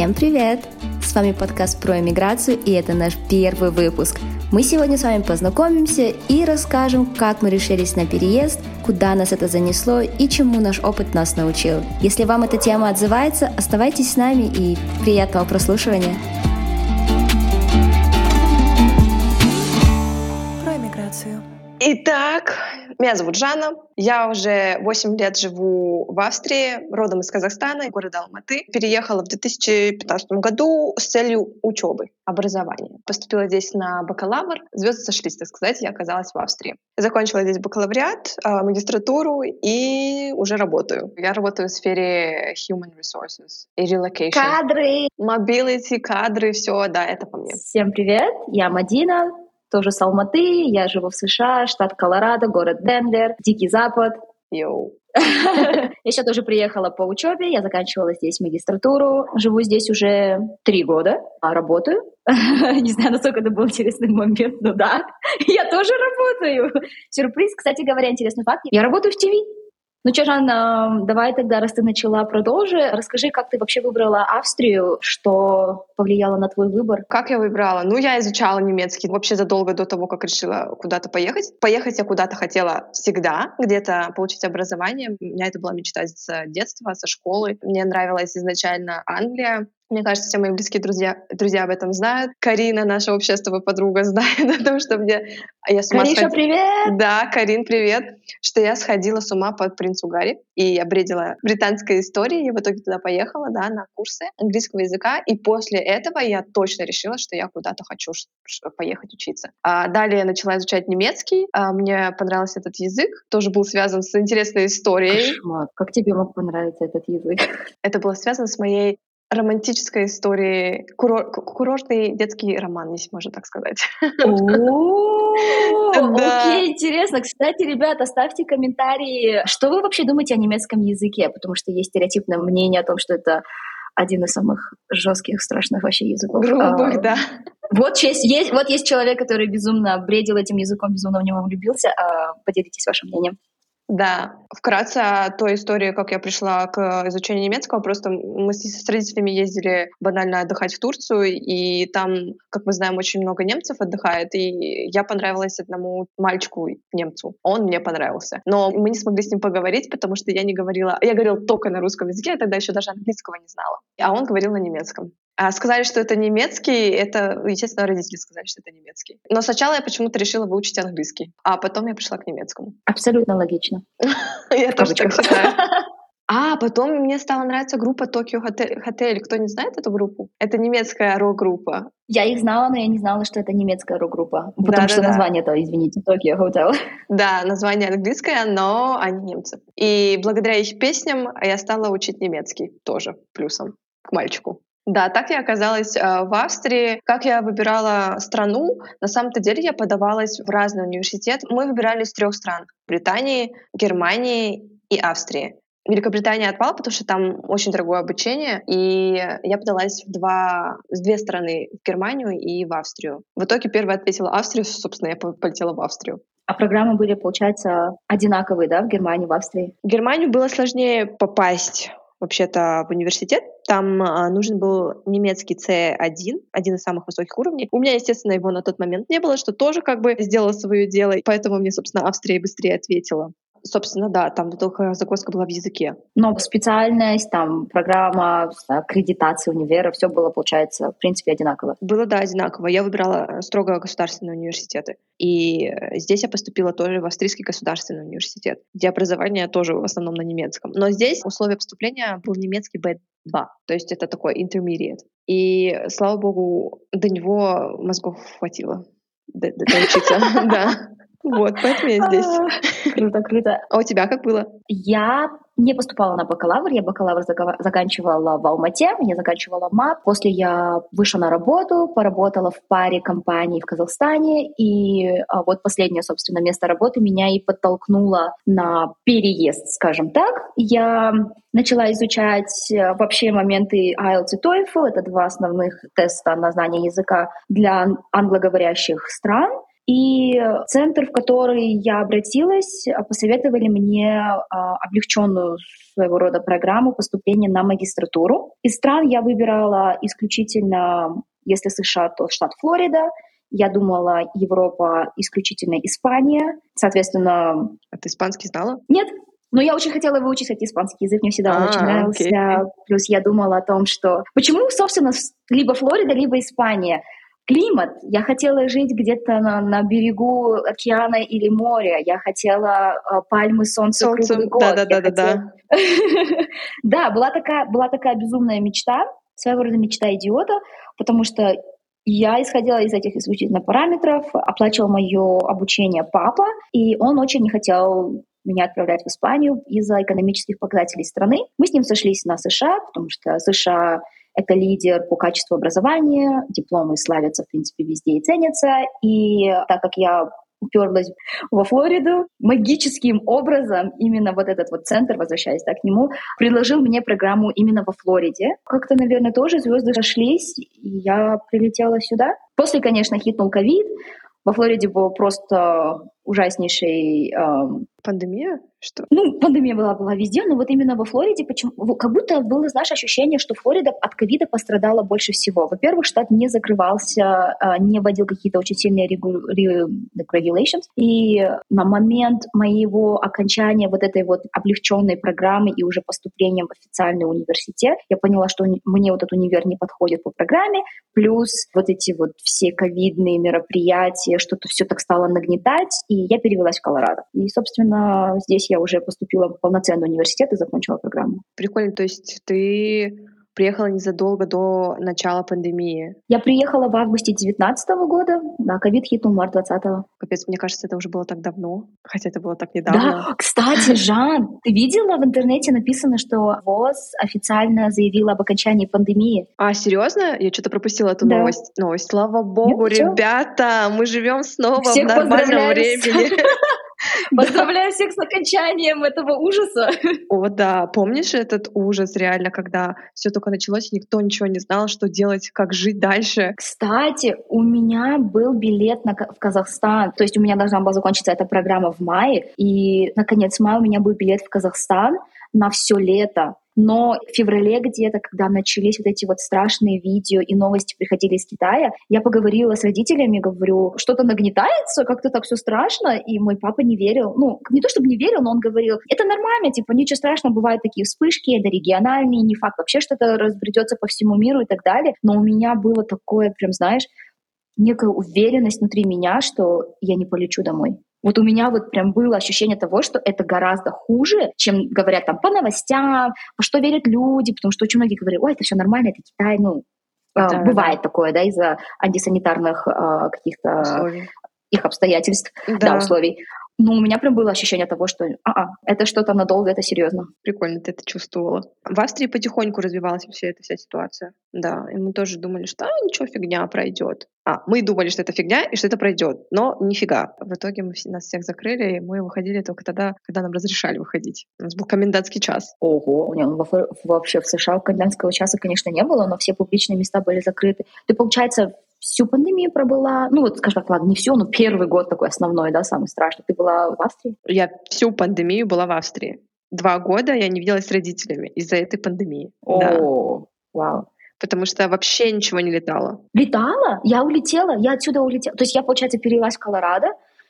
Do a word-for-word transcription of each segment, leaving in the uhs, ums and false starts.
Всем привет! С вами подкаст про иммиграцию, и это наш первый выпуск. Мы сегодня с вами познакомимся и расскажем, как мы решились на переезд, куда нас это занесло и чему наш опыт нас научил. Если вам эта тема отзывается, оставайтесь с нами и приятного прослушивания. Про иммиграцию. Итак, меня зовут Жанна. Я уже восемь лет живу в Австрии, родом из Казахстана, города Алматы. Переехала в две тысячи пятнадцатом году с целью учебы, образования. Поступила здесь на бакалавр. Звезды сошлись, так сказать, я оказалась в Австрии. Закончила здесь бакалавриат, магистратуру и уже работаю. Я работаю в сфере human resources и relocation. Кадры! Mobility, кадры, все, да, это по мне. Всем привет, я Мадина. Тоже с Алматы, я живу в США, штат Колорадо, город Денвер, Дикий Запад. Йоу. Я еще тоже приехала по учебе, я заканчивала здесь магистратуру, живу здесь уже три года, работаю. Не знаю, насколько это был интересный момент, но да, я тоже работаю. Сюрприз, кстати говоря, интересный факт. Я работаю в ТВ. Ну что, Жанна, давай тогда, раз ты начала, продолжи. Расскажи, как ты вообще выбрала Австрию, что повлияло на твой выбор? Как я выбрала? Ну, я изучала немецкий вообще задолго до того, как решила куда-то поехать. Поехать я куда-то хотела всегда, где-то получить образование. У меня это была мечта с детства, со школы. Мне нравилась изначально Англия. Мне кажется, все мои близкие друзья, друзья об этом знают. Карина, наша общая с тобой подруга, знает о том, что мне... Я с ума Кариша, сход... привет! Да, Карин, привет! Что я сходила с ума по «Принцу Гарри» и обредила британской историей. Я в итоге туда поехала, да, на курсы английского языка. И после этого я точно решила, что я куда-то хочу поехать учиться. А далее я начала изучать немецкий. А мне понравился этот язык. Тоже был связан с интересной историей. Кошмар. Как тебе мог понравиться этот язык? Это было связано с моей романтической истории, курор, курортный детский роман, если можно так сказать. Окей, интересно. Кстати, ребята, ставьте комментарии, что вы вообще думаете о немецком языке, потому что есть стереотипное мнение о том, что это один из самых жестких, страшных вообще языков. Грубых, да. Вот есть, есть, вот есть человек, который безумно бредил этим языком, безумно в него влюбился. Поделитесь вашим мнением. Да, вкратце о той истории, как я пришла к изучению немецкого. Просто мы с, с родителями ездили банально отдыхать в Турцию, и там, как мы знаем, очень много немцев отдыхает, и я понравилась одному мальчику, немцу. Он мне понравился. Но мы не смогли с ним поговорить, потому что я не говорила... Я говорила только на русском языке, я тогда еще даже английского не знала. А он говорил на немецком. А сказали, что это немецкий, это, естественно, родители сказали, что это немецкий. Но сначала я почему-то решила выучить английский, а потом я пришла к немецкому. Абсолютно логично. Я тоже так считаю. А потом мне стала нравиться группа Tokyo Hotel. Кто не знает эту группу? Это немецкая рок-группа. Я их знала, но я не знала, что это немецкая рок-группа. Потому что название-то, извините, Tokyo Hotel. Да, название английское, но они немцы. И благодаря их песням я стала учить немецкий тоже плюсом к мальчику. Да, так я оказалась э, в Австрии. Как я выбирала страну? На самом-то деле я подавалась в разные университеты. Мы выбирали из трех стран: Британии, Германии и Австрии. Великобритания отпала, потому что там очень дорогое обучение, и я подалась в, два, в две страны, в Германию и в Австрию. В итоге первая ответила Австрию, собственно, я полетела в Австрию. А программы были, получается, одинаковые, да, в Германии, в Австрии? В Германию было сложнее попасть вообще-то в университет. Там а, нужен был немецкий си один, один из самых высоких уровней. У меня, естественно, его на тот момент не было, что тоже как бы сделало свое дело, поэтому мне, собственно, Австрия быстрее ответила. Собственно, да, там только загвоздка была в языке. Но специальность, там, программа, аккредитация универа, все было, получается, в принципе, одинаково. Было, да, одинаково. Я выбирала строго государственные университеты. И здесь я поступила тоже в Австрийский государственный университет, где образование тоже в основном на немецком. Но здесь условие поступления был немецкий би два, то есть это такой intermediate. И, слава богу, до него мозгов хватило доучиться. Да. Вот, поэтому я здесь. Круто, круто. А у тебя как было? Я не поступала на бакалавр, я бакалавр заканчивала в Алмате, я заканчивала МАП. После я вышла на работу, поработала в паре компаний в Казахстане, и вот последнее, собственно, место работы меня и подтолкнуло на переезд, скажем так. Я начала изучать вообще моменты айлтс и TOEFL, это два основных теста на знание языка для англоговорящих стран. И центр, в который я обратилась, посоветовали мне облегченную своего рода программу поступления на магистратуру. Из стран я выбирала исключительно, если США, то штат Флорида. Я думала, Европа исключительно Испания. Соответственно... А ты испанский знала? Нет. Но я очень хотела выучить, кстати, испанский язык, мне всегда он а, очень нравился. Окей. Плюс я думала о том, что... Почему, собственно, либо Флорида, либо Испания? Климат. Я хотела жить где-то на, на берегу океана или моря. Я хотела э, пальмы, солнце, Солнце, круглый год. да-да-да-да-да. Да, была такая, была такая безумная мечта, своего рода мечта идиота, потому что я исходила из этих исключительно параметров, оплачивал мое обучение папа, и он очень не хотел меня отправлять в Испанию из-за экономических показателей страны. Мы с ним сошлись на США, потому что США — это лидер по качеству образования, дипломы славятся, в принципе, везде и ценятся. И так как я уперлась во Флориду, магическим образом именно вот этот вот центр, возвращаясь так к нему, предложил мне программу именно во Флориде. Как-то, наверное, тоже звезды сошлись, и я прилетела сюда. После, конечно, хитнул ковид. Во Флориде был просто ужаснейший... Эм... Пандемия? Что? Ну, пандемия была, была везде, но вот именно во Флориде, почему, как будто было, знаешь, ощущение, что Флорида от ковида пострадала больше всего. Во-первых, штат не закрывался, не вводил какие-то очень сильные regulations, и на момент моего окончания вот этой вот облегченной программы и уже поступления в официальный университет, я поняла, что мне вот этот универ не подходит по программе, плюс вот эти вот все ковидные мероприятия, что-то все так стало нагнетать, и я перевелась в Колорадо. И, собственно, здесь я уже поступила в полноценный университет и закончила программу. Прикольно, то есть ты приехала незадолго до начала пандемии? Я приехала в августе девятнадцатого года, да, ковид хитнул март двадцатого. Капец, мне кажется, это уже было так давно, хотя это было так недавно. Да, кстати, Жан, ты видела, в интернете написано, что ВОЗ официально заявила об окончании пандемии? А, серьезно? Я что-то пропустила эту да. новость. Новость. Слава богу, Нет, ребята, мы живем снова Всех в нормальном времени. Поздравляю всех с окончанием этого ужаса. О, да. Помнишь этот ужас реально, когда все только началось, и никто ничего не знал, что делать, как жить дальше? Кстати, у меня был билет на, в Казахстан. То есть у меня должна была закончиться эта программа в мае. И на конец мая у меня был билет в Казахстан на все лето. Но в феврале где-то, когда начались вот эти вот страшные видео и новости приходили из Китая, я поговорила с родителями, говорю, что-то нагнетается, как-то так все страшно, и мой папа не верил. Ну, не то чтобы не верил, но он говорил, это нормально, типа, ничего страшного, бывают такие вспышки, это региональные, не факт вообще, что это разбредется по всему миру и так далее. Но у меня было такое, прям, знаешь, некая уверенность внутри меня, что я не полечу домой. Вот у меня вот прям было ощущение того, что это гораздо хуже, чем говорят там по новостям, во что верят люди, потому что очень многие говорят, ой, это все нормально, это Китай, ну, да, э, бывает да. такое, да, из-за антисанитарных э, каких-то условий. Их обстоятельств, да. Да, условий. Но у меня прям было ощущение того, что а-а, это что-то надолго, это серьезно. Прикольно, ты это чувствовала. В Австрии потихоньку развивалась вся эта вся ситуация. Да, и мы тоже думали, что а, ничего, фигня пройдет. А, мы думали, что это фигня и что это пройдет, но нифига. В итоге мы все, нас всех закрыли, и мы выходили только тогда, когда нам разрешали выходить. У нас был комендантский час. Ого, не, вообще в США комендантского часа, конечно, не было, но все публичные места были закрыты. Ты, получается, всю пандемию пробыла, ну вот, скажем так, ладно, не всю, но первый год такой основной, да, самый страшный. Ты была в Австрии? Я всю пандемию была в Австрии. Два года я не виделась с родителями из-за этой пандемии. О, да. Вау. Потому что вообще ничего не летало. Летала? Я улетела, я отсюда улетела. То есть я, получается, перевелась в Колорадо.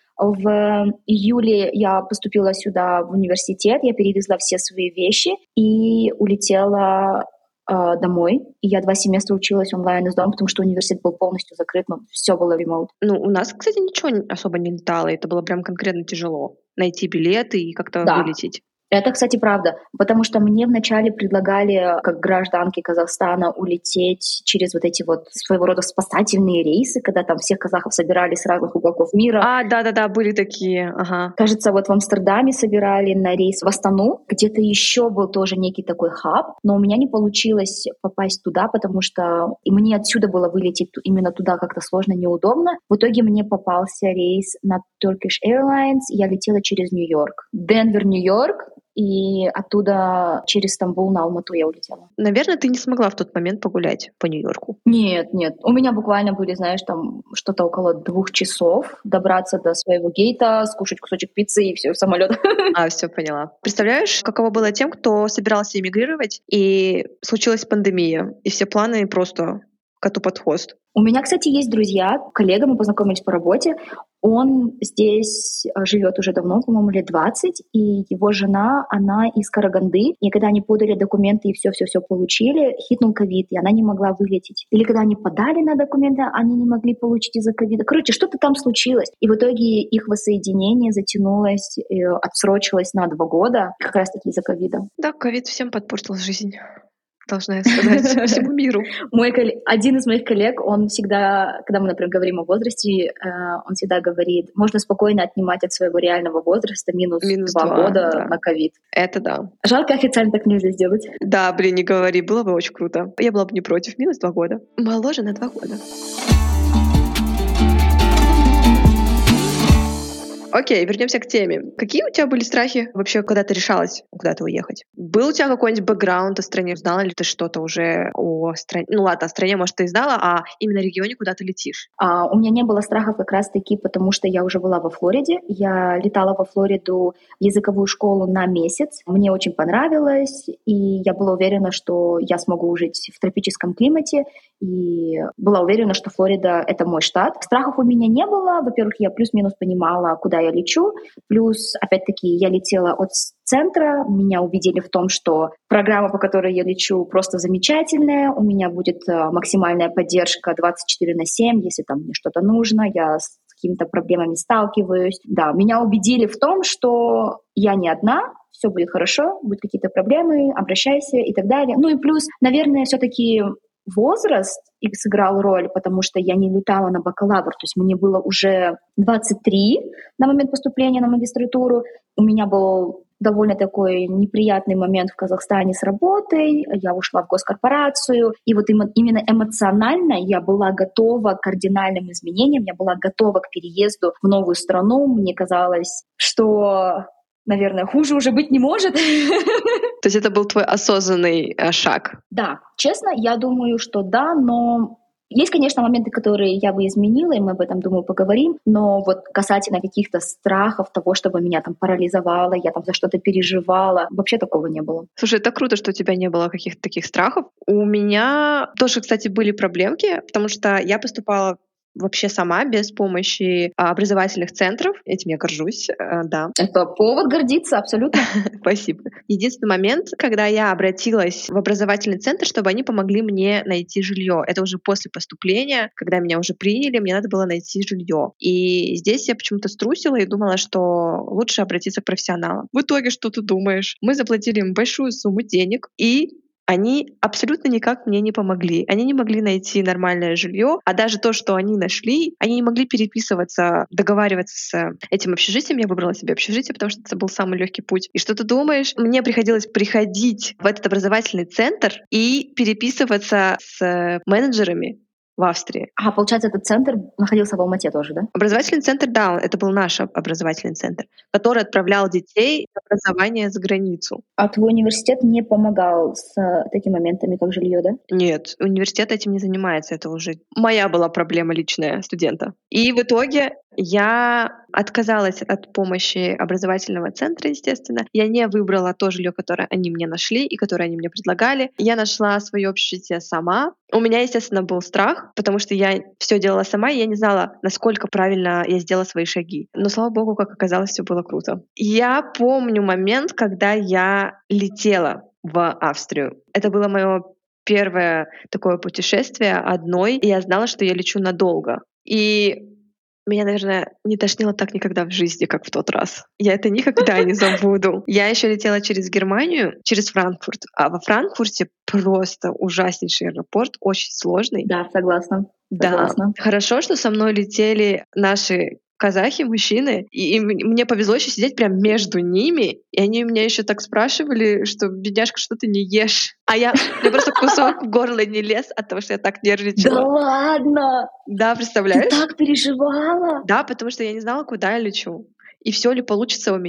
В июле я поступила сюда в университет, я перевезла все свои вещи и улетела домой, и я два семестра училась онлайн из дома, потому что университет был полностью закрыт, но все было ремоут. Ну, у нас, кстати, ничего особо не летало, это было прям конкретно тяжело. Найти билеты и как-то да. вылететь. Это, кстати, правда, потому что мне вначале предлагали, как гражданке Казахстана, улететь через вот эти вот своего рода спасательные рейсы, когда там всех казахов собирали с разных уголков мира. А, да-да-да, были такие, ага. Кажется, вот в Амстердаме собирали на рейс в Астану, где-то еще был тоже некий такой хаб, но у меня не получилось попасть туда, потому что и мне отсюда было вылететь именно туда как-то сложно, неудобно. В итоге мне попался рейс на Turkish Airlines, я летела через Нью-Йорк. Денвер, Нью-Йорк. и оттуда через Стамбул на Алмату я улетела. Наверное, ты не смогла в тот момент погулять по Нью-Йорку. Нет, нет. У меня буквально были, знаешь, там что-то около двух часов добраться до своего гейта, скушать кусочек пиццы и все в самолет. А, все поняла. Представляешь, каково было тем, кто собирался эмигрировать, и случилась пандемия, и все планы просто коту под хвост? У меня, кстати, есть друзья, коллега, мы познакомились по работе. Он здесь живет уже давно, по-моему, лет двадцать, и его жена, она из Караганды. И когда они подали документы и все-все-все получили, хитнул ковид, и она не могла вылететь. Или когда они подали на документы, они не могли получить из-за ковида. Короче, что-то там случилось. И в итоге их воссоединение затянулось, отсрочилось на два года, как раз-таки из-за ковида. Да, ковид всем подпортил жизнь. Должна я сказать, всему миру. Мой коллег, один из моих коллег, он всегда, когда мы, например, говорим о возрасте, он всегда говорит, можно спокойно отнимать от своего реального возраста минус, минус два, два года да. на ковид. Это да. Жалко, официально так нельзя сделать. Да, блин, не говори, было бы очень круто. Я была бы не против, минус два года. Моложе на два года. Окей, вернемся к теме. Какие у тебя были страхи вообще, когда ты решалась куда-то уехать? Был у тебя какой-нибудь бэкграунд о стране? Знала ли ты что-то уже о стране? Ну ладно, о стране, может, ты знала, а именно регионе, куда ты летишь? А, у меня не было страхов как раз-таки, потому что я уже была во Флориде. Я летала во Флориду в языковую школу на месяц. Мне очень понравилось, и я была уверена, что я смогу жить в тропическом климате, и была уверена, что Флорида — это мой штат. Страхов у меня не было. Во-первых, я плюс-минус понимала, куда я лечу. Плюс, опять-таки, я летела от центра. Меня убедили в том, что программа, по которой я лечу, просто замечательная. У меня будет максимальная поддержка двадцать четыре на семь, если там мне что-то нужно. Я с какими-то проблемами сталкиваюсь. Да, меня убедили в том, что я не одна, все будет хорошо, будут какие-то проблемы, обращайся и так далее. Ну и плюс, наверное, все-таки возраст сыграл роль, потому что я не летала на бакалавр, то есть мне было уже двадцать три на момент поступления на магистратуру. У меня был довольно такой неприятный момент в Казахстане с работой, я ушла в госкорпорацию, и вот именно эмоционально я была готова к кардинальным изменениям, я была готова к переезду в новую страну. Мне казалось, что, наверное, хуже уже быть не может. То есть это был твой осознанный э, шаг? Да, честно, я думаю, что да, но есть, конечно, моменты, которые я бы изменила, и мы об этом, думаю, поговорим, но вот касательно каких-то страхов, того, чтобы меня там парализовало, я там за что-то переживала, вообще такого не было. Слушай, это круто, что у тебя не было каких-то таких страхов. У меня тоже, кстати, были проблемки, потому что я поступала вообще сама, без помощи образовательных центров. Этим я горжусь, да. Это повод гордиться, абсолютно. Спасибо. Единственный момент, когда я обратилась в образовательный центр, чтобы они помогли мне найти жилье. Это уже после поступления, когда меня уже приняли, мне надо было найти жилье. И здесь я почему-то струсила и думала, что лучше обратиться к профессионалам. В итоге, что ты думаешь? Мы заплатили им большую сумму денег, и они абсолютно никак мне не помогли. Они не могли найти нормальное жилье, а даже то, что они нашли, они не могли переписываться, договариваться с этим общежитием. Я выбрала себе общежитие, потому что это был самый легкий путь. И что ты думаешь? Мне приходилось приходить в этот образовательный центр и переписываться с менеджерами в Австрии. А, получается, этот центр находился в Алмате тоже, да? Образовательный центр, да, это был наш образовательный центр, который отправлял детей на образование за границу. А твой университет не помогал с такими моментами, как жилье, да? Нет, университет этим не занимается, это уже моя была проблема личная студента. И в итоге я отказалась от помощи образовательного центра, естественно. Я не выбрала то жилье, которое они мне нашли и которое они мне предлагали. Я нашла свое общежитие сама. У меня, естественно, был страх, потому что я все делала сама, и я не знала, насколько правильно я сделала свои шаги. Но, слава богу, как оказалось, все было круто. Я помню момент, когда я летела в Австрию. Это было мое первое такое путешествие одной, и я знала, что я лечу надолго. И меня, наверное, не тошнило так никогда в жизни, как в тот раз. Я это никогда не забуду. Я еще летела через Германию, через Франкфурт. А во Франкфурте просто ужаснейший аэропорт, очень сложный. Да, согласна. Да. Согласна. Хорошо, что со мной летели наши казахи, мужчины, и, и мне повезло еще сидеть прям между ними, и они меня еще так спрашивали, что, бедняжка, что ты не ешь? А я, мне просто кусок в горло не лез от того, что я так нервничала. Да ладно! Да, представляешь? Ты так переживала? Да, потому что я не знала, куда я лечу. И все ли получится у меня.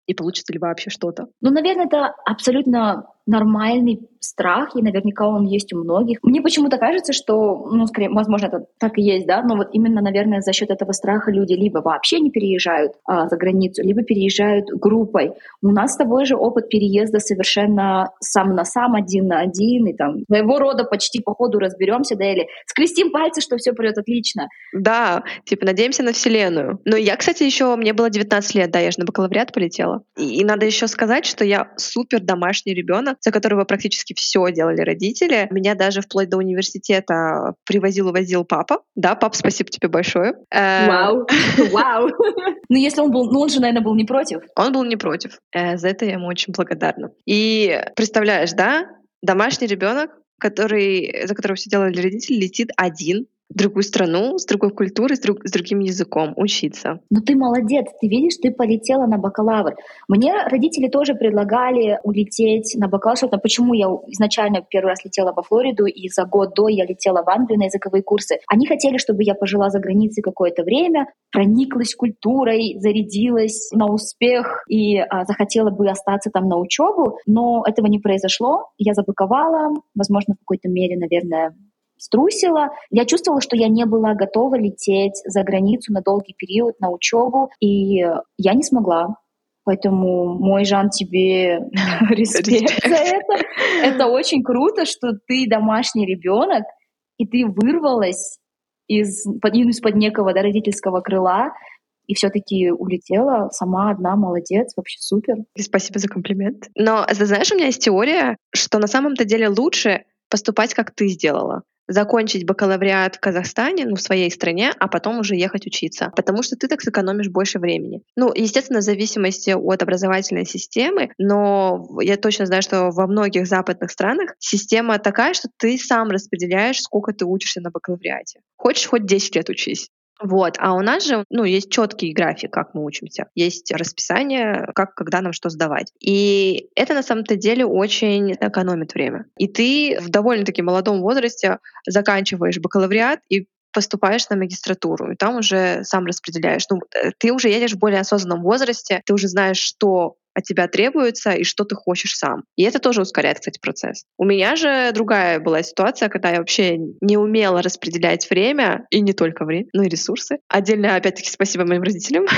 и получится ли вообще что-то? Ну, наверное, это абсолютно нормальный страх, и наверняка он есть у многих. Мне почему-то кажется, что, ну, скорее, возможно, это так и есть, да, но вот именно, наверное, за счет этого страха люди либо вообще не переезжают а, за границу, либо переезжают группой. У нас с тобой же опыт переезда совершенно сам на сам, один на один, и там своего рода почти по ходу разберемся, да, или скрестим пальцы, что все пройдет отлично. Да, типа надеемся на вселенную. Но я, кстати, еще мне было девятнадцать лет, да, я же на бакалавриат полетела. И, и надо еще сказать, что я супер домашний ребенок, за которого практически все делали родители. Меня даже вплоть до университета привозил, увозил папа. Да, пап, спасибо тебе большое. Вау, вау. Ну, если он был, ну, он же, наверное, был не против. Он был не против. За это я ему очень благодарна. И представляешь, да, домашний ребенок, который, за которого все делали родители, летит один в другую страну, с другой культурой, с, друг, с другим языком учиться. Ну ты молодец, ты видишь, ты полетела на бакалавр. Мне родители тоже предлагали улететь на бакалавр. Собственно, почему я изначально первый раз летела во Флориду, и за год до я летела в Англию на языковые курсы. Они хотели, чтобы я пожила за границей какое-то время, прониклась культурой, зарядилась на успех и а, захотела бы остаться там на учебу, но этого не произошло. Я забыковала, возможно, в какой-то мере, наверное, струсила. Я чувствовала, что я не была готова лететь за границу на долгий период, на учебу, и я не смогла. Поэтому, мой Жан, тебе респект за это. Это очень круто, что ты домашний ребенок, и ты вырвалась из, из-под некого да, родительского крыла, и все-таки улетела сама одна, молодец, вообще супер. Спасибо за комплимент. Но, знаешь, у меня есть теория, что на самом-то деле лучше поступать, как ты сделала. Закончить бакалавриат в Казахстане, ну, в своей стране, а потом уже ехать учиться. Потому что ты так сэкономишь больше времени. Ну, естественно, в зависимости от образовательной системы, но я точно знаю, что во многих западных странах система такая, что ты сам распределяешь, сколько ты учишься на бакалавриате. Хочешь, хоть десять лет учись. Вот. А у нас же, ну, есть четкий график, как мы учимся. Есть расписание, как, когда нам что сдавать. И это на самом-то деле очень экономит время. И ты в довольно-таки молодом возрасте заканчиваешь бакалавриат и поступаешь на магистратуру, и там уже сам распределяешь. Ну, ты уже едешь в более осознанном возрасте, ты уже знаешь, что от тебя требуется и что ты хочешь сам. И это тоже ускоряет, кстати, процесс. У меня же другая была ситуация, когда я вообще не умела распределять время, и не только время, но и ресурсы. Отдельно, опять-таки, спасибо моим родителям,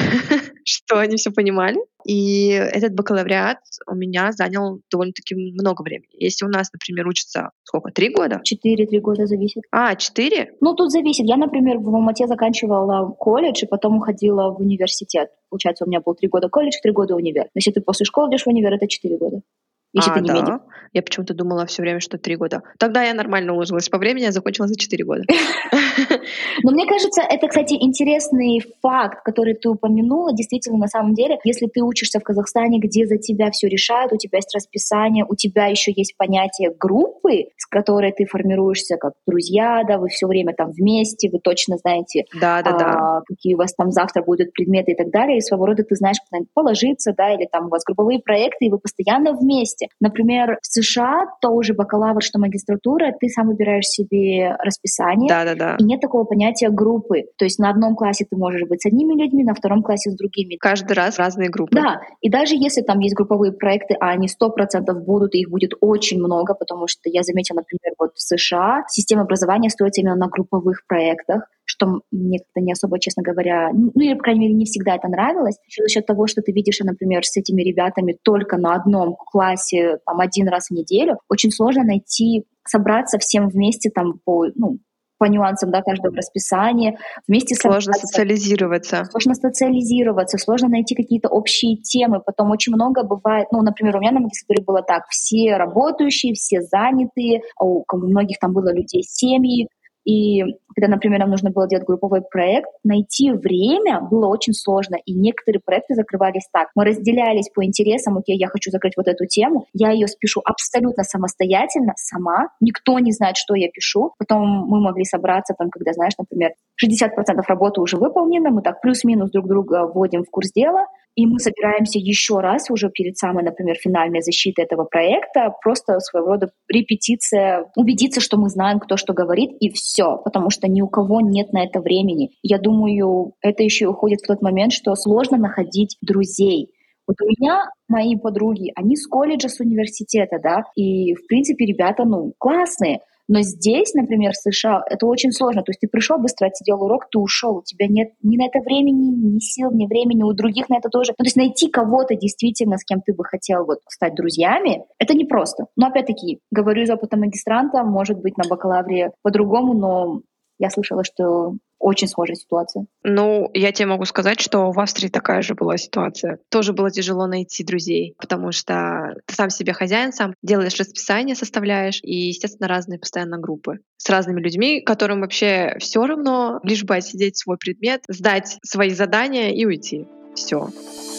что они все понимали. И этот бакалавриат у меня занял довольно-таки много времени. Если у нас, например, учится сколько, три года? Четыре-три года зависит. А, четыре? Ну, тут зависит. Я, например, в Алмате заканчивала колледж и потом уходила в университет. Получается, у меня был три года колледж, три года универ. Если ты после школы идешь в универ, это четыре года. Если а, ты не да. медик. Я почему-то думала все время, что три года. Тогда я нормально уложилась по времени, я закончила за четыре года. Но мне кажется, это, кстати, интересный факт, который ты упомянула. Действительно, на самом деле, если ты учишься в Казахстане, где за тебя все решают, у тебя есть расписание, у тебя еще есть понятие группы, с которой ты формируешься как друзья, да, вы все время там вместе, вы точно знаете, да, да, да. а, какие у вас там завтра будут предметы и так далее, и своего рода ты знаешь, куда положиться, да, или там у вас групповые проекты, и вы постоянно вместе. Например, в США тоже бакалавр, что магистратура, ты сам выбираешь себе расписание, да, да, да. И нет такого понятия группы. То есть на одном классе ты можешь быть с одними людьми, на втором классе с другими. Каждый раз разные группы. Да, и даже если там есть групповые проекты, а они сто процентов будут, и их будет очень много, потому что я заметила, например, вот в США система образования строится именно на групповых проектах, что мне как-то не особо, честно говоря, ну или, по крайней мере, не всегда это нравилось. Еще за счет того, что ты видишь, например, с этими ребятами только на одном классе там один раз в неделю, очень сложно найти, собраться всем вместе там по, ну, по нюансам, да, каждого расписания, вместе сложно собраться. социализироваться. Сложно социализироваться, сложно найти какие-то общие темы. Потом очень много бывает, ну, например, у меня на магистратуре было так, все работающие, все занятые, у многих там было людей семьи, и когда, например, нам нужно было делать групповой проект, найти время было очень сложно, и некоторые проекты закрывались так. Мы разделялись по интересам, окей, я хочу закрыть вот эту тему, я ее спешу абсолютно самостоятельно, сама, никто не знает, что я пишу. Потом мы могли собраться, там, когда, знаешь, например, шестьдесят процентов работы уже выполнено, мы так плюс-минус друг друга вводим в курс дела, и мы собираемся еще раз уже перед самой, например, финальной защитой этого проекта, просто своего рода репетиция, убедиться, что мы знаем, кто что говорит, и все, потому что ни у кого нет на это времени. Я думаю, это еще уходит в тот момент, что сложно находить друзей. Вот у меня мои подруги, они с колледжа, с университета, да, и, в принципе, ребята, ну, классные. Но здесь, например, в США, это очень сложно. То есть ты пришел, быстро отсидел урок, ты ушел. У тебя нет ни на это времени, ни сил, ни времени. У других на это тоже. Ну, то есть найти кого-то действительно, с кем ты бы хотел вот стать друзьями, это непросто. Но опять-таки, говорю из опыта магистранта, может быть, на бакалавре по-другому, но я слышала, что очень схожая ситуация. Ну, я тебе могу сказать, что в Австрии такая же была ситуация. Тоже было тяжело найти друзей, потому что ты сам себе хозяин, сам делаешь расписание, составляешь, и, естественно, разные постоянно группы с разными людьми, которым вообще все равно, лишь бы отсидеть свой предмет, сдать свои задания и уйти. Все.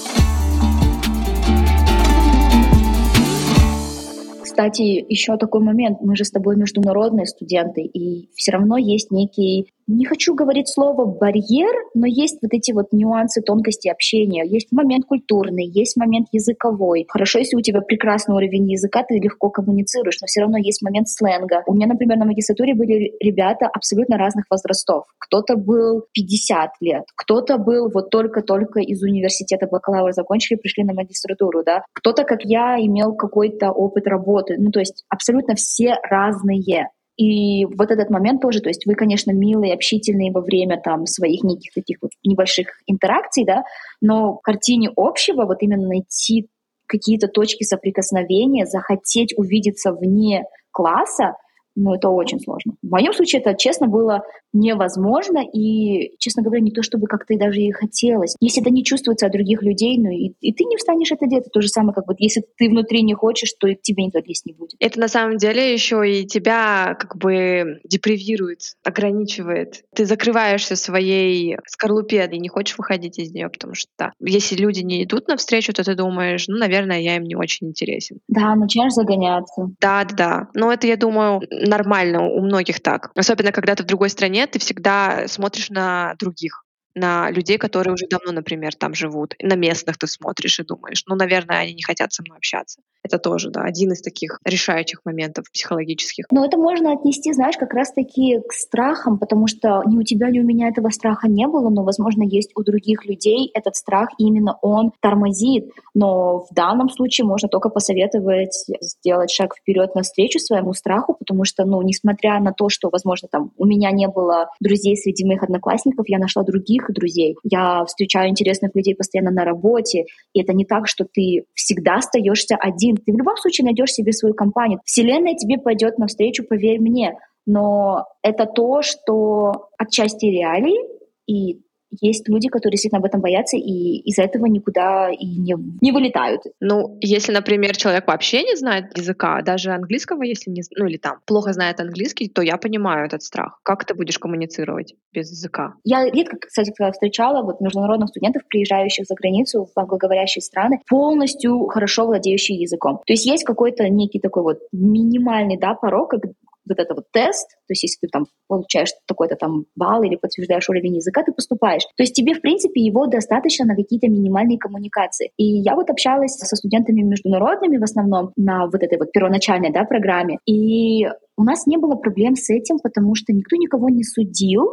Кстати, еще такой момент. Мы же с тобой международные студенты, и все равно есть некий, не хочу говорить слово барьер, но есть вот эти вот нюансы, тонкости общения. Есть момент культурный, есть момент языковой. Хорошо, если у тебя прекрасный уровень языка, ты легко коммуницируешь, но все равно есть момент сленга. У меня, например, на магистратуре были ребята абсолютно разных возрастов. Кто-то был пятьдесят лет, кто-то был вот только-только из университета бакалавра закончили, пришли на магистратуру, да. Кто-то, как я, имел какой-то опыт работы. Ну, то есть абсолютно все разные. И вот этот момент тоже, то есть вы, конечно, милые, общительные во время там своих неких таких вот небольших интеракций, да, но в картине общего вот именно найти какие-то точки соприкосновения, захотеть увидеться вне класса, ну, это очень сложно. В моем случае это, честно, было невозможно, и, честно говоря, не то чтобы как-то и даже и хотелось. Если это не чувствуется от других людей, ну, и, и ты не встанешь это делать, это то же самое, как вот если ты внутри не хочешь, то и к тебе никто есть не будет. Это на самом деле еще и тебя как бы депривирует, ограничивает. Ты закрываешься в своей скорлупе и не хочешь выходить из нее, потому что да, если люди не идут навстречу, то ты думаешь, ну, наверное, я им не очень интересен. Да, начинаешь загоняться. Да, да, да. Но это, я думаю, нормально у многих так. Особенно, когда ты в другой стране, ты всегда смотришь на других, на людей, которые уже давно, например, там живут. На местных ты смотришь и думаешь, ну, наверное, они не хотят со мной общаться. Это тоже, да, один из таких решающих моментов психологических. Но это можно отнести, знаешь, как раз-таки к страхам, потому что ни у тебя, ни у меня этого страха не было, но, возможно, есть у других людей этот страх, и именно он тормозит. Но в данном случае можно только посоветовать сделать шаг вперед навстречу своему страху, потому что, ну, несмотря на то, что, возможно, там у меня не было друзей среди моих одноклассников, я нашла других друзей. Я встречаю интересных людей постоянно на работе, и это не так, что ты всегда остаешься один. Ты в любом случае найдешь себе свою компанию. Вселенная тебе пойдет навстречу, поверь мне. Но это то, что отчасти реалии, и есть люди, которые действительно об этом боятся, и из-за этого никуда и не, не вылетают. Ну, если, например, человек вообще не знает языка, даже английского, если не, ну или там плохо знает английский, то я понимаю этот страх. Как ты будешь коммуницировать без языка? Я редко, кстати, встречала вот международных студентов, приезжающих за границу в англоговорящие страны, полностью хорошо владеющие языком. То есть есть какой-то некий такой вот минимальный, да, порог, как вот это вот тест, то есть если ты там получаешь такой-то там балл или подтверждаешь уровень языка, ты поступаешь. То есть тебе, в принципе, его достаточно на какие-то минимальные коммуникации. И я вот общалась со студентами международными в основном на вот этой вот первоначальной, да, программе, и у нас не было проблем с этим, потому что никто никого не судил,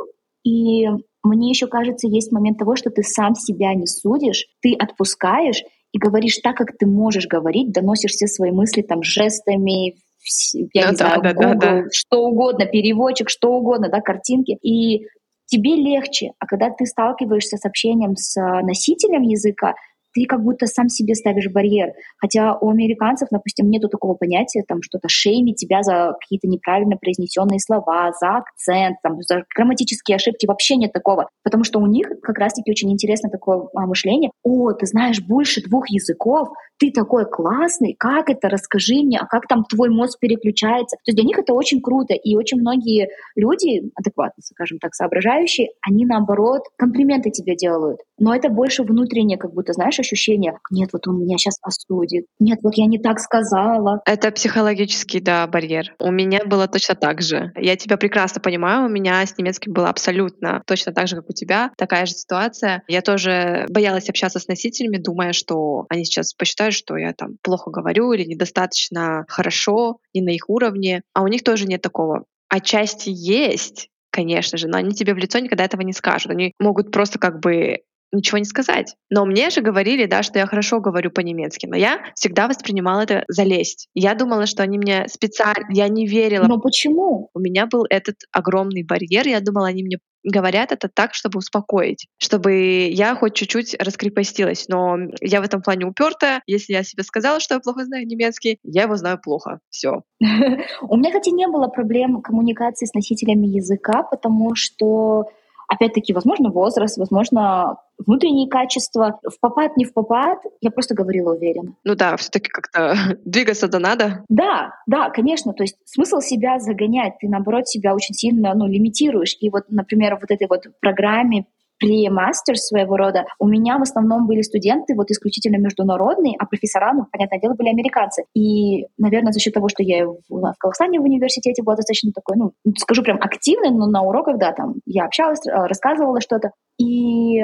и мне еще кажется, есть момент того, что ты сам себя не судишь, ты отпускаешь и говоришь так, как ты можешь говорить, доносишь все свои мысли там жестами, я ну, не да, знаю, да, Google, да, да. что угодно, переводчик, что угодно, да, картинки. И тебе легче. А когда ты сталкиваешься с общением с носителем языка, ты как будто сам себе ставишь барьер. Хотя у американцев, допустим, нету такого понятия, там что-то шеймить тебя за какие-то неправильно произнесенные слова, за акцент, там, за грамматические ошибки. Вообще нет такого. Потому что у них как раз-таки очень интересно такое а, мышление. О, ты знаешь больше двух языков, ты такой классный, как это, расскажи мне, а как там твой мозг переключается. То есть для них это очень круто. И очень многие люди, адекватно, скажем так, соображающие, они наоборот комплименты тебе делают. Но это больше внутреннее, как будто, знаешь, ощущение, нет, вот он меня сейчас осудит, нет, вот я не так сказала. Это психологический, да, барьер. У меня было точно так же. Я тебя прекрасно понимаю, у меня с немецким было абсолютно точно так же, как у тебя, такая же ситуация. Я тоже боялась общаться с носителями, думая, что они сейчас посчитают, что я там плохо говорю или недостаточно хорошо, не на их уровне, а у них тоже нет такого. Отчасти есть, конечно же, но они тебе в лицо никогда этого не скажут. Они могут просто как бы ничего не сказать. Но мне же говорили, да, что я хорошо говорю по-немецки, но я всегда воспринимала это за лесть. Я думала, что они мне специально... Я не верила. Но почему? У меня был этот огромный барьер. Я думала, они мне говорят это так, чтобы успокоить, чтобы я хоть чуть-чуть раскрепостилась. Но я в этом плане упертая. Если я себе сказала, что я плохо знаю немецкий, я его знаю плохо. Все. У меня, кстати, не было проблем коммуникации с носителями языка, потому что, опять-таки, возможно, возраст, возможно, внутренние качества. В попад, не в попад, я просто говорила уверенно. Ну да, все таки как-то двигаться-то надо. Да, да, конечно. То есть смысл себя загонять, ты, наоборот, себя очень сильно, ну, лимитируешь. И вот, например, вот этой вот программе pre-мастер своего рода, у меня в основном были студенты вот исключительно международные, а профессора, ну, понятное дело, были американцы. И, наверное, за счет того, что я была в Казахстане в университете, была достаточно такой, ну, скажу прям активной, но на уроках, да, там я общалась, рассказывала что-то. И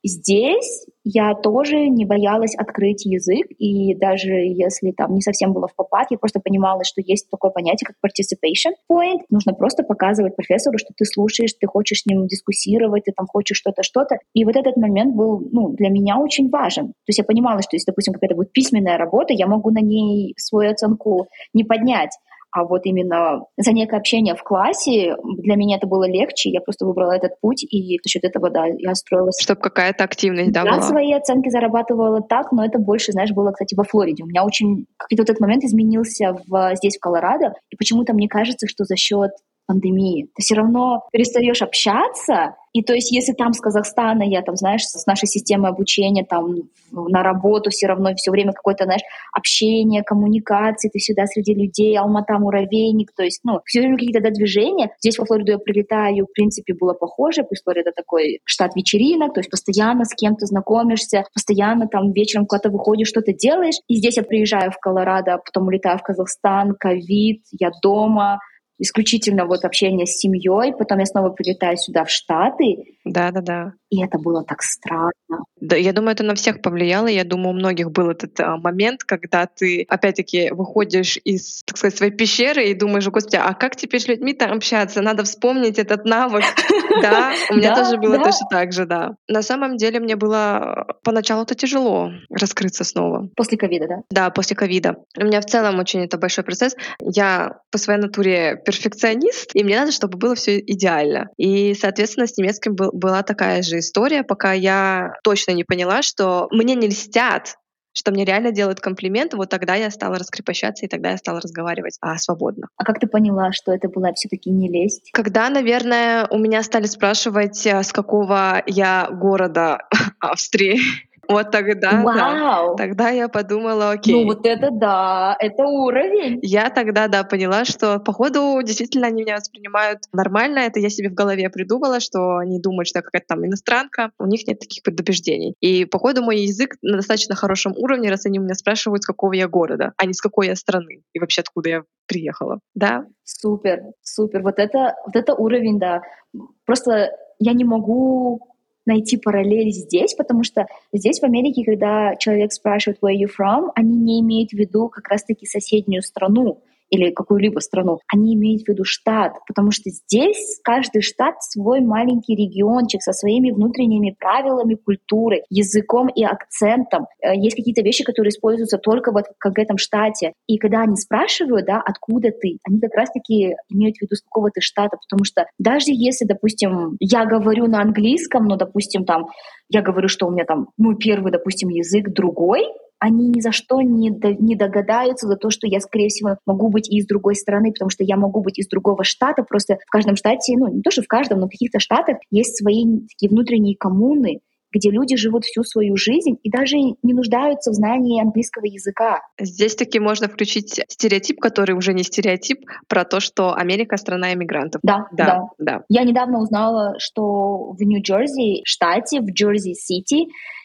здесь я тоже не боялась открыть язык, и даже если там не совсем было в попад, я просто понимала, что есть такое понятие, как participation point. Нужно просто показывать профессору, что ты слушаешь, ты хочешь с ним дискуссировать, ты там хочешь что-то, что-то. И вот этот момент был, ну, для меня очень важен. То есть я понимала, что если, допустим, какая-то будет письменная работа, я могу на ней свою оценку не поднять. А вот именно за некое общение в классе для меня это было легче. Я просто выбрала этот путь, и за счет этого, да, я строилась. Чтобы какая-то активность, да, я была? Свои оценки зарабатывала так, но это больше, знаешь, было, кстати, во Флориде. У меня очень какой-то вот этот момент изменился в, здесь, в Колорадо, и почему-то мне кажется, что за счет пандемии ты все равно перестаешь общаться. И то есть если там с Казахстана я там, знаешь, с нашей системой обучения там на работу все равно все время какое-то, знаешь, общение, коммуникации, ты всегда среди людей, Алмата, муравейник, то есть, ну, все время какие-то, да, движения. Здесь во Флориду я прилетаю, в принципе, было похоже, плюс Флорида такой штат вечеринок, то есть постоянно с кем-то знакомишься, постоянно там вечером куда-то выходишь, что-то делаешь. И здесь я приезжаю в Колорадо, потом улетаю в Казахстан, ковид, я дома, исключительно вот общение с семьей, потом я снова прилетаю сюда в Штаты. Да-да-да. И это было так странно. Да, я думаю, это на всех повлияло. Я думаю, у многих был этот а, момент, когда ты, опять-таки, выходишь из, так сказать, своей пещеры и думаешь: господи, а как теперь с людьми-то общаться? Надо вспомнить этот навык. Да, у меня тоже было точно так же, да. На самом деле мне было поначалу-то тяжело раскрыться снова. После ковида, да? Да, после ковида. У меня в целом очень это большой процесс. Я по своей натуре перфекционист, и мне надо, чтобы было все идеально. И, соответственно, с немецким был, была такая же история, пока я точно не поняла, что мне не льстят, что мне реально делают комплименты, вот тогда я стала раскрепощаться, и тогда я стала разговаривать а, свободно. А как ты поняла, что это была все-таки не лесть? Когда, наверное, у меня стали спрашивать, с какого я города Австрии, вот тогда, Вау! да, тогда я подумала: окей. Ну вот это да, это уровень. Я тогда, да, поняла, что походу действительно они меня воспринимают нормально. Это я себе в голове придумала, что они думают, что я какая-то там иностранка. У них нет таких предубеждений. И походу мой язык на достаточно хорошем уровне, раз они меня спрашивают, с какого я города, а не с какой я страны и вообще откуда я приехала. Да? Супер, супер. Вот это, вот это уровень, да. Просто я не могу найти параллель здесь, потому что здесь, в Америке, когда человек спрашивает «Where are you from?», они не имеют в виду как раз-таки соседнюю страну или какую-либо страну. Они имеют в виду штат, потому что здесь каждый штат свой маленький региончик со своими внутренними правилами, культурой, языком и акцентом. Есть какие-то вещи, которые используются только вот в этом штате. И когда они спрашивают, да, откуда ты, они как раз-таки имеют в виду с какого ты штата, потому что даже если, допустим, я говорю на английском, но, допустим, там, я говорю, что у меня там мой первый, допустим, язык другой, они ни за что не, до, не догадаются за то, что я, скорее всего, могу быть и из другой страны, потому что я могу быть из другого штата. Просто в каждом штате, ну, не то, что в каждом, но в каких-то штатах есть свои такие внутренние коммуны, где люди живут всю свою жизнь и даже не нуждаются в знании английского языка. Здесь таки можно включить стереотип, который уже не стереотип, про то, что Америка — страна иммигрантов. Да, да, да, да. Я недавно узнала, что в Нью-Джерси, штате, в Джерси-Сити,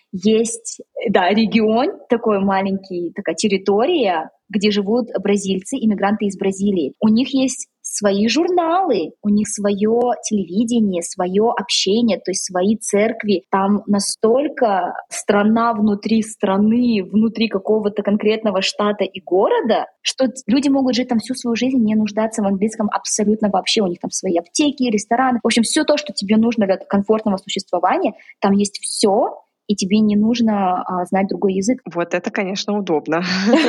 есть, да, регион, такой маленький, такая территория, где живут бразильцы, иммигранты из Бразилии. У них есть свои журналы, у них свое телевидение, свое общение, то есть свои церкви. Там настолько страна внутри страны, внутри какого-то конкретного штата и города, что люди могут жить там всю свою жизнь, не нуждаться в английском абсолютно вообще. У них там свои аптеки, рестораны. В общем, все то, что тебе нужно для комфортного существования, там есть все. и тебе не нужно а, знать другой язык. Вот это, конечно, удобно.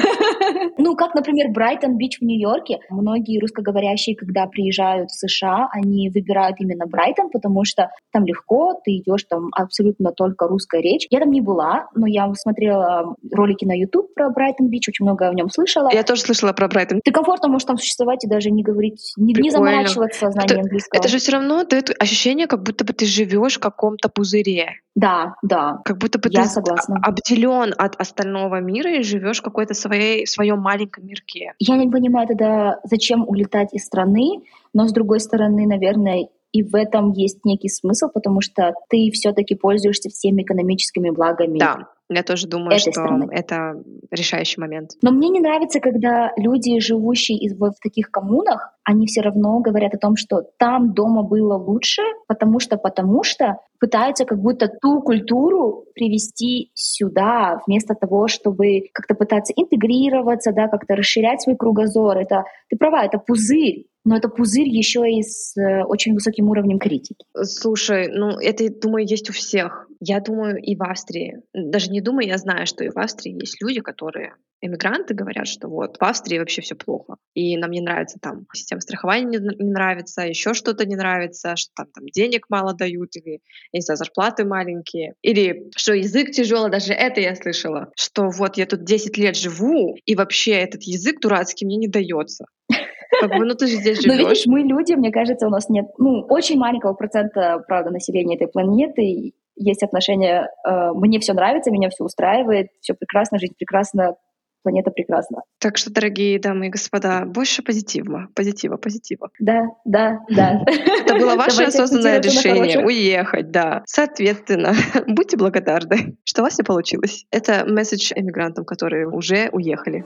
Ну, как, например, Брайтон-Бич в Нью-Йорке. Многие русскоговорящие, когда приезжают в США, они выбирают именно Брайтон, потому что там легко, ты идешь, там абсолютно только русская речь. Я там не была, но я смотрела ролики на YouTube про Брайтон-Бич, очень много о нем слышала. Я тоже слышала про Брайтон. Ты комфортно можешь там существовать и даже не говорить, не, не заморачиваться знанием английского. Это же все равно дает ощущение, как будто бы ты живешь в каком-то пузыре. Да, да. Как будто бы я ты согласна. обделен от остального мира и живешь в какой-то своей, своем маленьком мирке. Я не понимаю тогда, зачем улетать из страны, но с другой стороны, наверное, и в этом есть некий смысл, потому что ты все-таки пользуешься всеми экономическими благами. Да, я тоже думаю, этой что страны. это решающий момент. Но мне не нравится, когда люди, живущие в таких коммунах, они все равно говорят о том, что там дома было лучше, потому что, потому что пытаются как будто ту культуру привести сюда, вместо того, чтобы как-то пытаться интегрироваться, да, как-то расширять свой кругозор. Это, ты права, это пузырь. Но это пузырь еще и с э, очень высоким уровнем критики. Слушай, ну это, думаю, есть у всех. Я думаю, и в Австрии. Даже не думаю, я знаю, что и в Австрии есть люди, которые эмигранты, говорят, что вот в Австрии вообще все плохо. И нам не нравится там система страхования, не, не нравится, еще что-то не нравится, что там, там денег мало дают, или, я не знаю, зарплаты маленькие, или что язык тяжелый, даже это я слышала, что вот я тут десять лет живу, и вообще этот язык дурацкий мне не дается. Как бы, ну ты же здесь живешь. Но видишь, мы люди, мне кажется, у нас нет, ну, очень маленького процента, правда, населения этой планеты. Есть отношения, э, мне все нравится, меня все устраивает, все прекрасно, жизнь прекрасна, планета прекрасна. Так что, дорогие дамы и господа, больше позитива, позитива, позитива. Да, да, да. Это было ваше осознанное решение уехать, да. Соответственно, будьте благодарны, что у вас не получилось. Это месседж эмигрантам, которые уже уехали.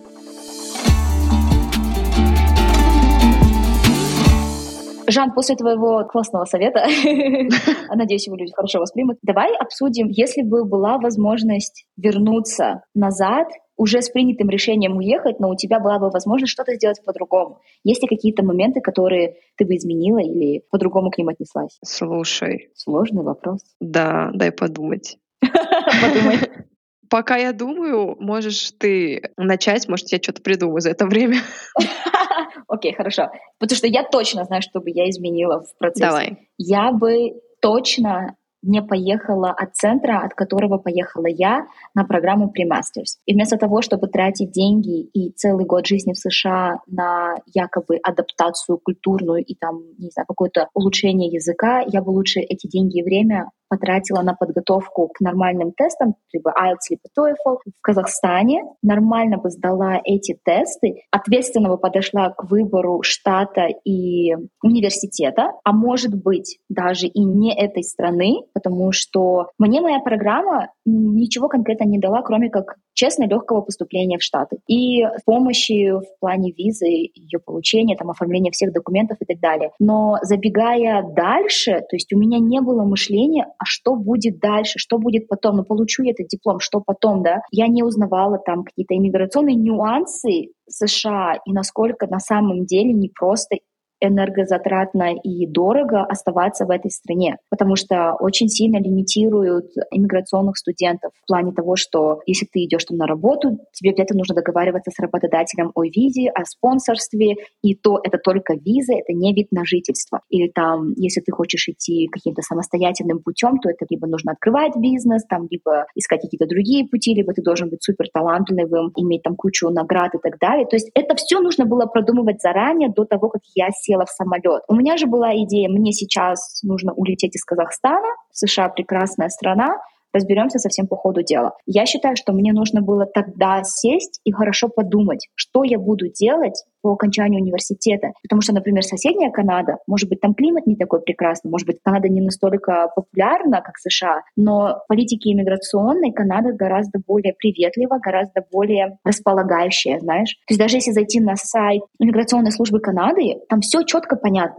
Жан, после твоего классного совета, надеюсь, его люди хорошо воспримут, давай обсудим, если бы была возможность вернуться назад, уже с принятым решением уехать, но у тебя была бы возможность что-то сделать по-другому. Есть ли какие-то моменты, которые ты бы изменила или по-другому к ним отнеслась? Слушай. Сложный вопрос. Да, дай подумать. Подумай. Пока я думаю, можешь ты начать, может, я что-то придумаю за это время. Окей, okay, хорошо. Потому что я точно знаю, что бы я изменила в процессе. Давай. Я бы точно не поехала от центра, от которого поехала я, на программу Pre-Masters. И вместо того, чтобы тратить деньги и целый год жизни в США на якобы адаптацию культурную и там, не знаю, какое-то улучшение языка, я бы лучше эти деньги и время потратила на подготовку к нормальным тестам, либо айлтс, либо TOEFL в Казахстане, нормально бы сдала эти тесты, ответственно бы подошла к выбору штата и университета, а может быть даже и не этой страны, потому что мне моя программа ничего конкретно не дала, кроме как честно легкого поступления в Штаты и помощи в плане визы, ее получения, там, оформления всех документов и так далее. Но забегая дальше, то есть у меня не было мышления, а что будет дальше, что будет потом, ну получу я этот диплом, что потом, да? Я не узнавала там какие-то иммиграционные нюансы США и насколько на самом деле не просто энергозатратно и дорого оставаться в этой стране, потому что очень сильно лимитируют иммиграционных студентов в плане того, что если ты идешь там на работу, тебе обязательно нужно договариваться с работодателем о визе, о спонсорстве, и то это только виза, это не вид на жительство. Или там, если ты хочешь идти каким-то самостоятельным путем, то это либо нужно открывать бизнес, там, либо искать какие-то другие пути, либо ты должен быть супер талантливым, иметь там кучу наград и так далее. То есть это все нужно было продумывать заранее, до того, как я села в самолет. У меня же была идея, мне сейчас нужно улететь из Казахстана, США прекрасная страна, разберемся совсем по ходу дела. Я считаю, что мне нужно было тогда сесть и хорошо подумать, что я буду делать по окончанию университета. Потому что, например, соседняя Канада, может быть, там климат не такой прекрасный, может быть, Канада не настолько популярна, как США, но политики иммиграционной Канада гораздо более приветлива, гораздо более располагающая, знаешь. То есть даже если зайти на сайт иммиграционной службы Канады, там все четко понятно.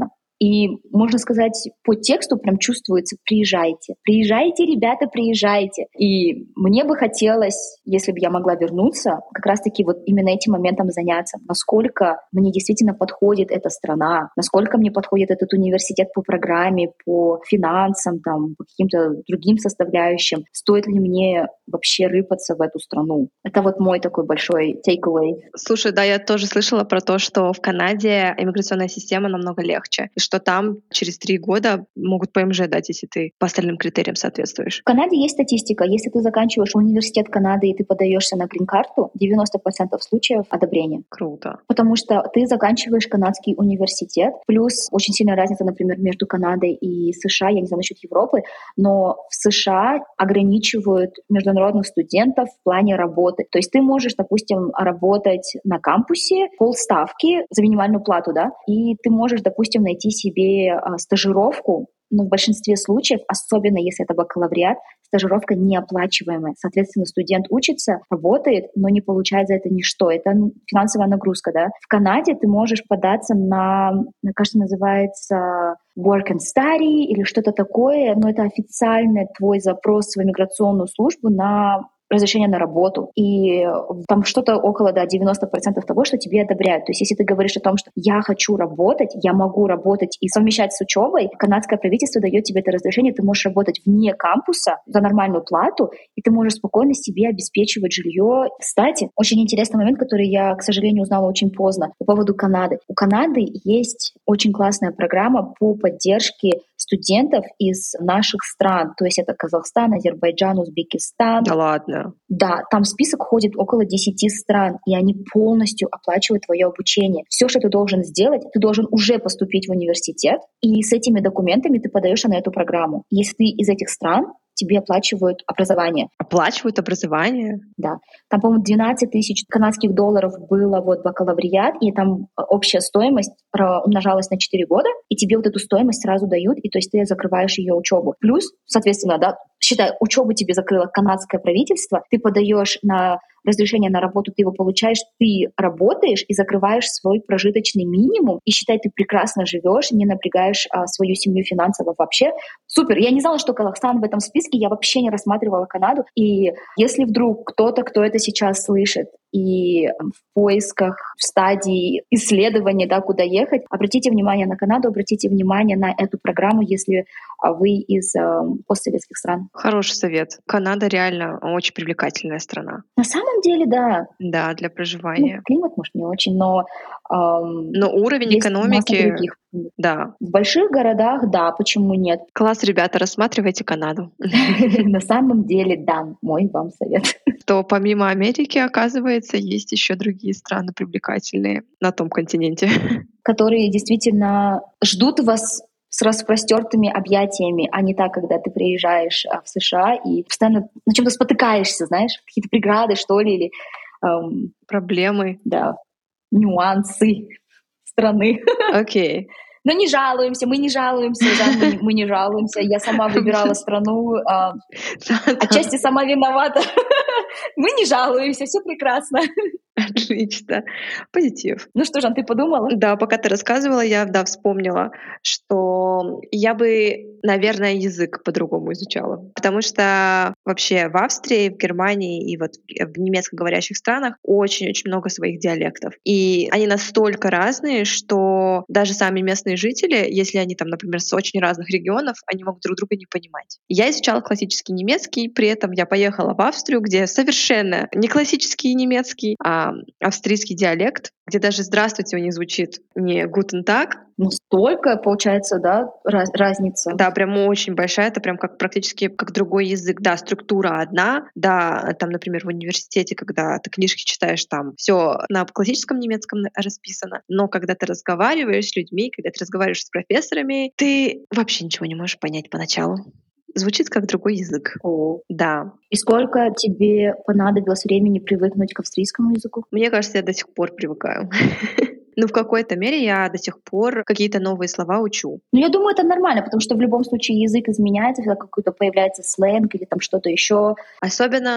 И, можно сказать, по тексту прям чувствуется «приезжайте». Приезжайте, ребята, приезжайте. И мне бы хотелось, если бы я могла вернуться, как раз-таки вот именно этим моментом заняться. Насколько мне действительно подходит эта страна, насколько мне подходит этот университет по программе, по финансам, там, по каким-то другим составляющим. Стоит ли мне вообще рыпаться в эту страну? Это вот мой такой большой takeaway. Слушай, да, я тоже слышала про то, что в Канаде иммиграционная система намного легче, и что там через три года могут ПМЖ дать, если ты по остальным критериям соответствуешь. В Канаде есть статистика. Если ты заканчиваешь университет Канады и ты подаешься на грин-карту, девяносто процентов случаев одобрения. Круто. Потому что ты заканчиваешь канадский университет. Плюс очень сильная разница, например, между Канадой и США. Я не знаю насчет Европы, но в США ограничивают международных студентов в плане работы. То есть ты можешь, допустим, работать на кампусе, полставки за минимальную плату, да, и ты можешь, допустим, найти себе а, стажировку, но в большинстве случаев, особенно если это бакалавриат, стажировка неоплачиваемая. Соответственно, студент учится, работает, но не получает за это ничто. Это финансовая нагрузка, да. В Канаде ты можешь податься на, кажется, называется work and study или что-то такое, но это официальный твой запрос в иммиграционную службу на разрешение на работу. И там что-то около да, девяносто процентов того, что тебе одобряют. То есть если ты говоришь о том, что я хочу работать, я могу работать и совмещать с учебой, канадское правительство дает тебе это разрешение, ты можешь работать вне кампуса за нормальную плату, и ты можешь спокойно себе обеспечивать жилье. Кстати, очень интересный момент, который я, к сожалению, узнала очень поздно по поводу Канады. У Канады есть очень классная программа по поддержке студентов из наших стран. То есть это Казахстан, Азербайджан, Узбекистан. Да ладно? Да, там в список входит около десяти стран, и они полностью оплачивают твое обучение. Все, что ты должен сделать, ты должен уже поступить в университет, и с этими документами ты подаешься на эту программу. Если ты из этих стран, тебе оплачивают образование. Оплачивают образование? Да. Там, по-моему, двенадцать тысяч канадских долларов было вот бакалавриат, и там общая стоимость умножалась на четыре года, и тебе вот эту стоимость сразу дают, и то есть ты закрываешь ее учебу. Плюс, соответственно, да, считай, учебу тебе закрыло канадское правительство, ты подаешь на разрешение на работу, ты его получаешь, ты работаешь и закрываешь свой прожиточный минимум, и считай, ты прекрасно живешь, не напрягаешь а, свою семью финансово вообще. Супер! Я не знала, что Казахстан в этом списке, я вообще не рассматривала Канаду, и если вдруг кто-то, кто это сейчас слышит, и в поисках, в стадии исследования, да, куда ехать, обратите внимание на Канаду, обратите внимание на эту программу, если вы из э, постсоветских стран. Хороший совет. Канада реально очень привлекательная страна. На самом деле, да. Да, для проживания. Ну, климат, может, не очень, но... Эм, но уровень экономики... Да. В больших городах, да, почему нет? Класс, ребята, рассматривайте Канаду. На самом деле, да, мой вам совет. То помимо Америки, оказывается, есть еще другие страны привлекательные на том континенте. Которые действительно ждут вас с распростертыми объятиями, а не так, когда ты приезжаешь в США и постоянно на чем-то спотыкаешься, знаешь, какие-то преграды, что ли, или... Эм, проблемы. Да, нюансы страны. Окей. Okay. Но не жалуемся, мы не жалуемся, да, мы, мы не жалуемся. Я сама выбирала страну, а, отчасти сама виновата. Мы не жалуемся, все прекрасно. Отлично. Позитив. Ну что, Жан, ты подумала? Да, пока ты рассказывала, я, да, вспомнила, что я бы, наверное, язык по-другому изучала. Потому что вообще в Австрии, в Германии и вот в немецкоговорящих странах очень-очень много своих диалектов. И они настолько разные, что даже сами местные жители, если они там, например, с очень разных регионов, они могут друг друга не понимать. Я изучала классический немецкий, при этом я поехала в Австрию, где совершенно не классический немецкий, а австрийский диалект, где даже «здравствуйте» не звучит не «guten Tag». Ну, столько, получается, да, раз, разница. Да, прям очень большая, это прям как практически как другой язык. Да, структура одна, да, там, например, в университете, когда ты книжки читаешь, там все на классическом немецком расписано, но когда ты разговариваешь с людьми, когда ты разговариваешь с профессорами, ты вообще ничего не можешь понять поначалу. Звучит как другой язык. О. Да. И сколько тебе понадобилось времени привыкнуть к австрийскому языку? Мне кажется, я до сих пор привыкаю. Ну, в какой-то мере я до сих пор какие-то новые слова учу. Ну, я думаю, это нормально, потому что в любом случае язык изменяется, когда какой-то появляется сленг или там что-то еще. Особенно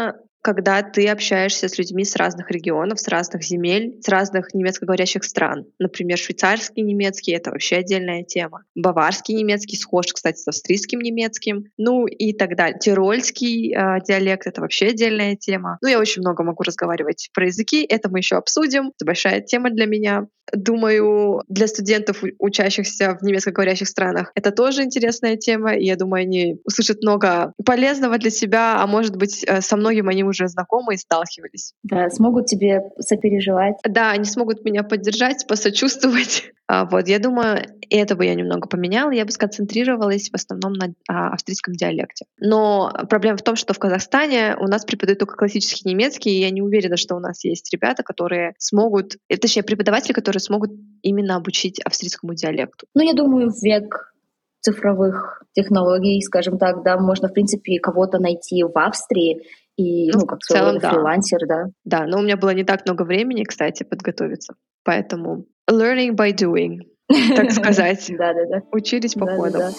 когда ты общаешься с людьми с разных регионов, с разных земель, с разных немецкоговорящих стран. Например, швейцарский немецкий — это вообще отдельная тема. Баварский немецкий схож, кстати, с австрийским немецким. Ну и так далее. Тирольский э, диалект — это вообще отдельная тема. Ну, я очень много могу разговаривать про языки, это мы еще обсудим. Это большая тема для меня. Думаю, для студентов, учащихся в немецкоговорящих странах, это тоже интересная тема, и я думаю, они услышат много полезного для себя, а может быть, со многим они уже знакомы и сталкивались. Да, смогут тебе сопереживать. Да, они смогут меня поддержать, посочувствовать. А, вот, я думаю, это бы я немного поменяла, я бы сконцентрировалась в основном на а, австрийском диалекте. Но проблема в том, что в Казахстане у нас преподают только классический немецкий, и я не уверена, что у нас есть ребята, которые смогут, э, точнее, преподаватели, которые смогут именно обучить австрийскому диалекту. Ну, я думаю, в век цифровых технологий, скажем так, да, можно, в принципе, кого-то найти в Австрии, и, ну, Ну, как в целом, своего да. фрилансер, да. Да, но у меня было не так много времени, кстати, подготовиться. Поэтому learning by doing, так сказать. Да-да-да. Учились по ходу. Да-да-да.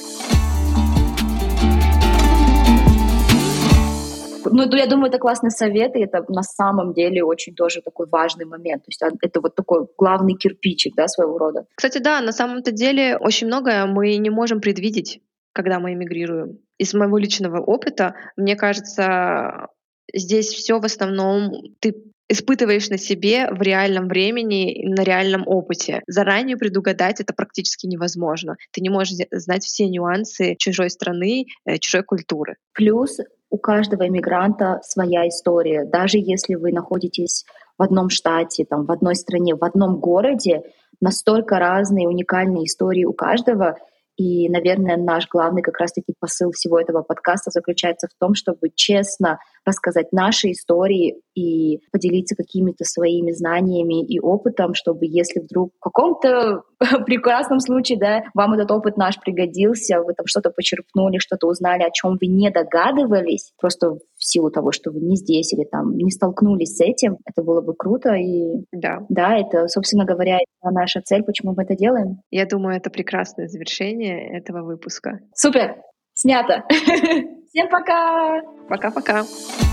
Ну, ду- я думаю, это классный совет, и это на самом деле очень тоже такой важный момент. То есть а, это вот такой главный кирпичик, да, своего рода. Кстати, да, на самом-то деле очень многое мы не можем предвидеть, когда мы эмигрируем. Из моего личного опыта, мне кажется, здесь все в основном ты испытываешь на себе в реальном времени, и на реальном опыте. Заранее предугадать это практически невозможно. Ты не можешь зе- знать все нюансы чужой страны, э, чужой культуры. Плюс у каждого иммигранта своя история. Даже если вы находитесь в одном штате, там, в одной стране, в одном городе, настолько разные уникальные истории у каждого. И, наверное, наш главный как раз-таки посыл всего этого подкаста заключается в том, чтобы честно рассказать наши истории и поделиться какими-то своими знаниями и опытом, чтобы если вдруг в каком-то прекрасном случае, да, вам этот опыт наш пригодился, вы там что-то почерпнули, что-то узнали, о чем вы не догадывались, просто в силу того, что вы не здесь или там не столкнулись с этим, это было бы круто. И Да, да, это, собственно говоря, это наша цель, почему мы это делаем. я думаю, это прекрасное завершение этого выпуска. Супер! Снято! Всем пока! Пока-пока.